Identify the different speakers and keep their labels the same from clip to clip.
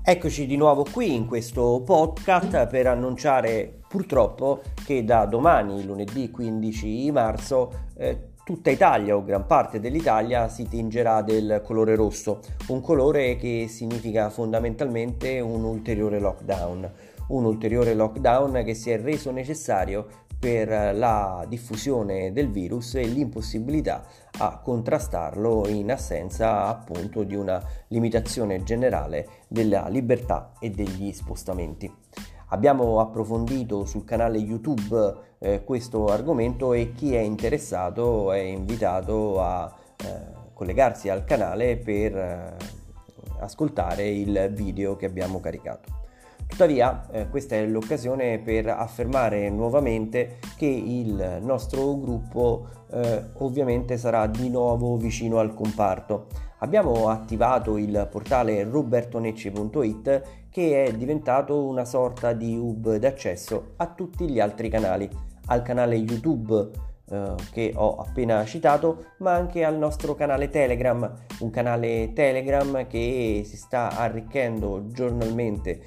Speaker 1: Eccoci di nuovo qui in questo podcast per annunciare purtroppo che da domani, lunedì 15 marzo, tutta Italia o gran parte dell'Italia si tingerà del colore rosso, un colore che significa fondamentalmente un ulteriore lockdown che si è reso necessario per la diffusione del virus e l'impossibilità a contrastarlo in assenza appunto di una limitazione generale della libertà e degli spostamenti. Abbiamo approfondito sul canale YouTube questo argomento e chi è interessato è invitato a collegarsi al canale per ascoltare il video che abbiamo caricato. Tuttavia, questa è l'occasione per affermare nuovamente che il nostro gruppo ovviamente sarà di nuovo vicino al comparto. Abbiamo attivato il portale robertonecci.it che è diventato una sorta di hub d'accesso a tutti gli altri canali, al canale YouTube che ho appena citato, ma anche al nostro canale Telegram, un canale Telegram che si sta arricchendo giornalmente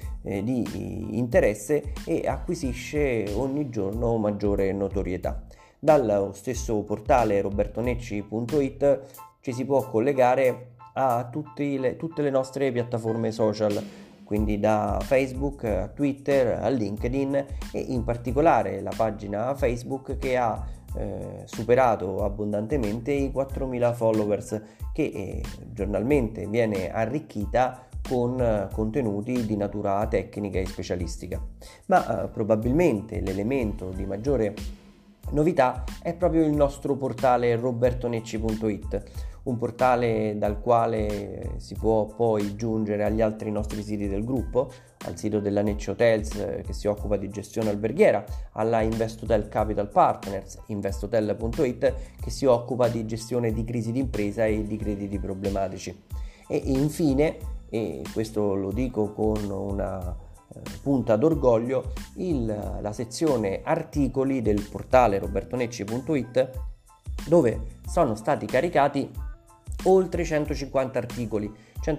Speaker 1: di interesse e acquisisce ogni giorno maggiore notorietà. Dallo stesso portale robertonecci.it ci si può collegare a tutte le nostre piattaforme social, quindi da Facebook a Twitter a LinkedIn e in particolare la pagina Facebook che ha superato abbondantemente i 4.000 followers che giornalmente viene arricchita con contenuti di natura tecnica e specialistica. Ma probabilmente l'elemento di maggiore novità è proprio il nostro portale robertonecci.it, un portale dal quale si può poi giungere agli altri nostri siti del gruppo, al sito della Necci Hotels che si occupa di gestione alberghiera, alla Investotel Capital Partners, investotel.it che si occupa di gestione di crisi d'impresa e di crediti problematici. E infine, e questo lo dico con una punta d'orgoglio, la sezione articoli del portale robertonecci.it dove sono stati caricati oltre 150 articoli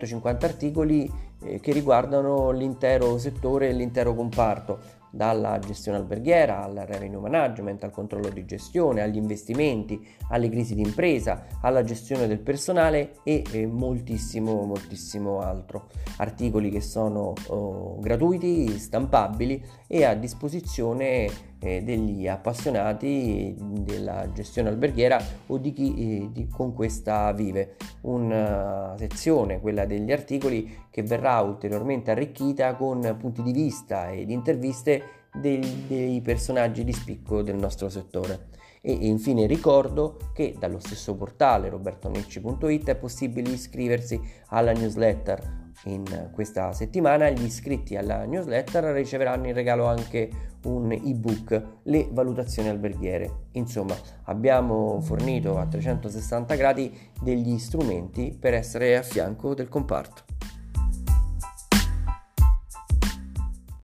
Speaker 1: che riguardano l'intero settore e l'intero comparto, dalla gestione alberghiera al revenue management, al controllo di gestione, agli investimenti, alle crisi d'impresa, alla gestione del personale e moltissimo altro. Articoli che sono gratuiti, stampabili e a disposizione degli appassionati della gestione alberghiera o di chi con questa vive. Una sezione, quella degli articoli, che verrà ulteriormente arricchita con punti di vista ed interviste dei personaggi di spicco del nostro settore. E infine ricordo che dallo stesso portale robertonecci.it è possibile iscriversi alla newsletter. In questa settimana gli iscritti alla newsletter riceveranno in regalo anche un ebook, Le valutazioni alberghiere. Insomma, abbiamo fornito a 360 gradi degli strumenti per essere a fianco del comparto.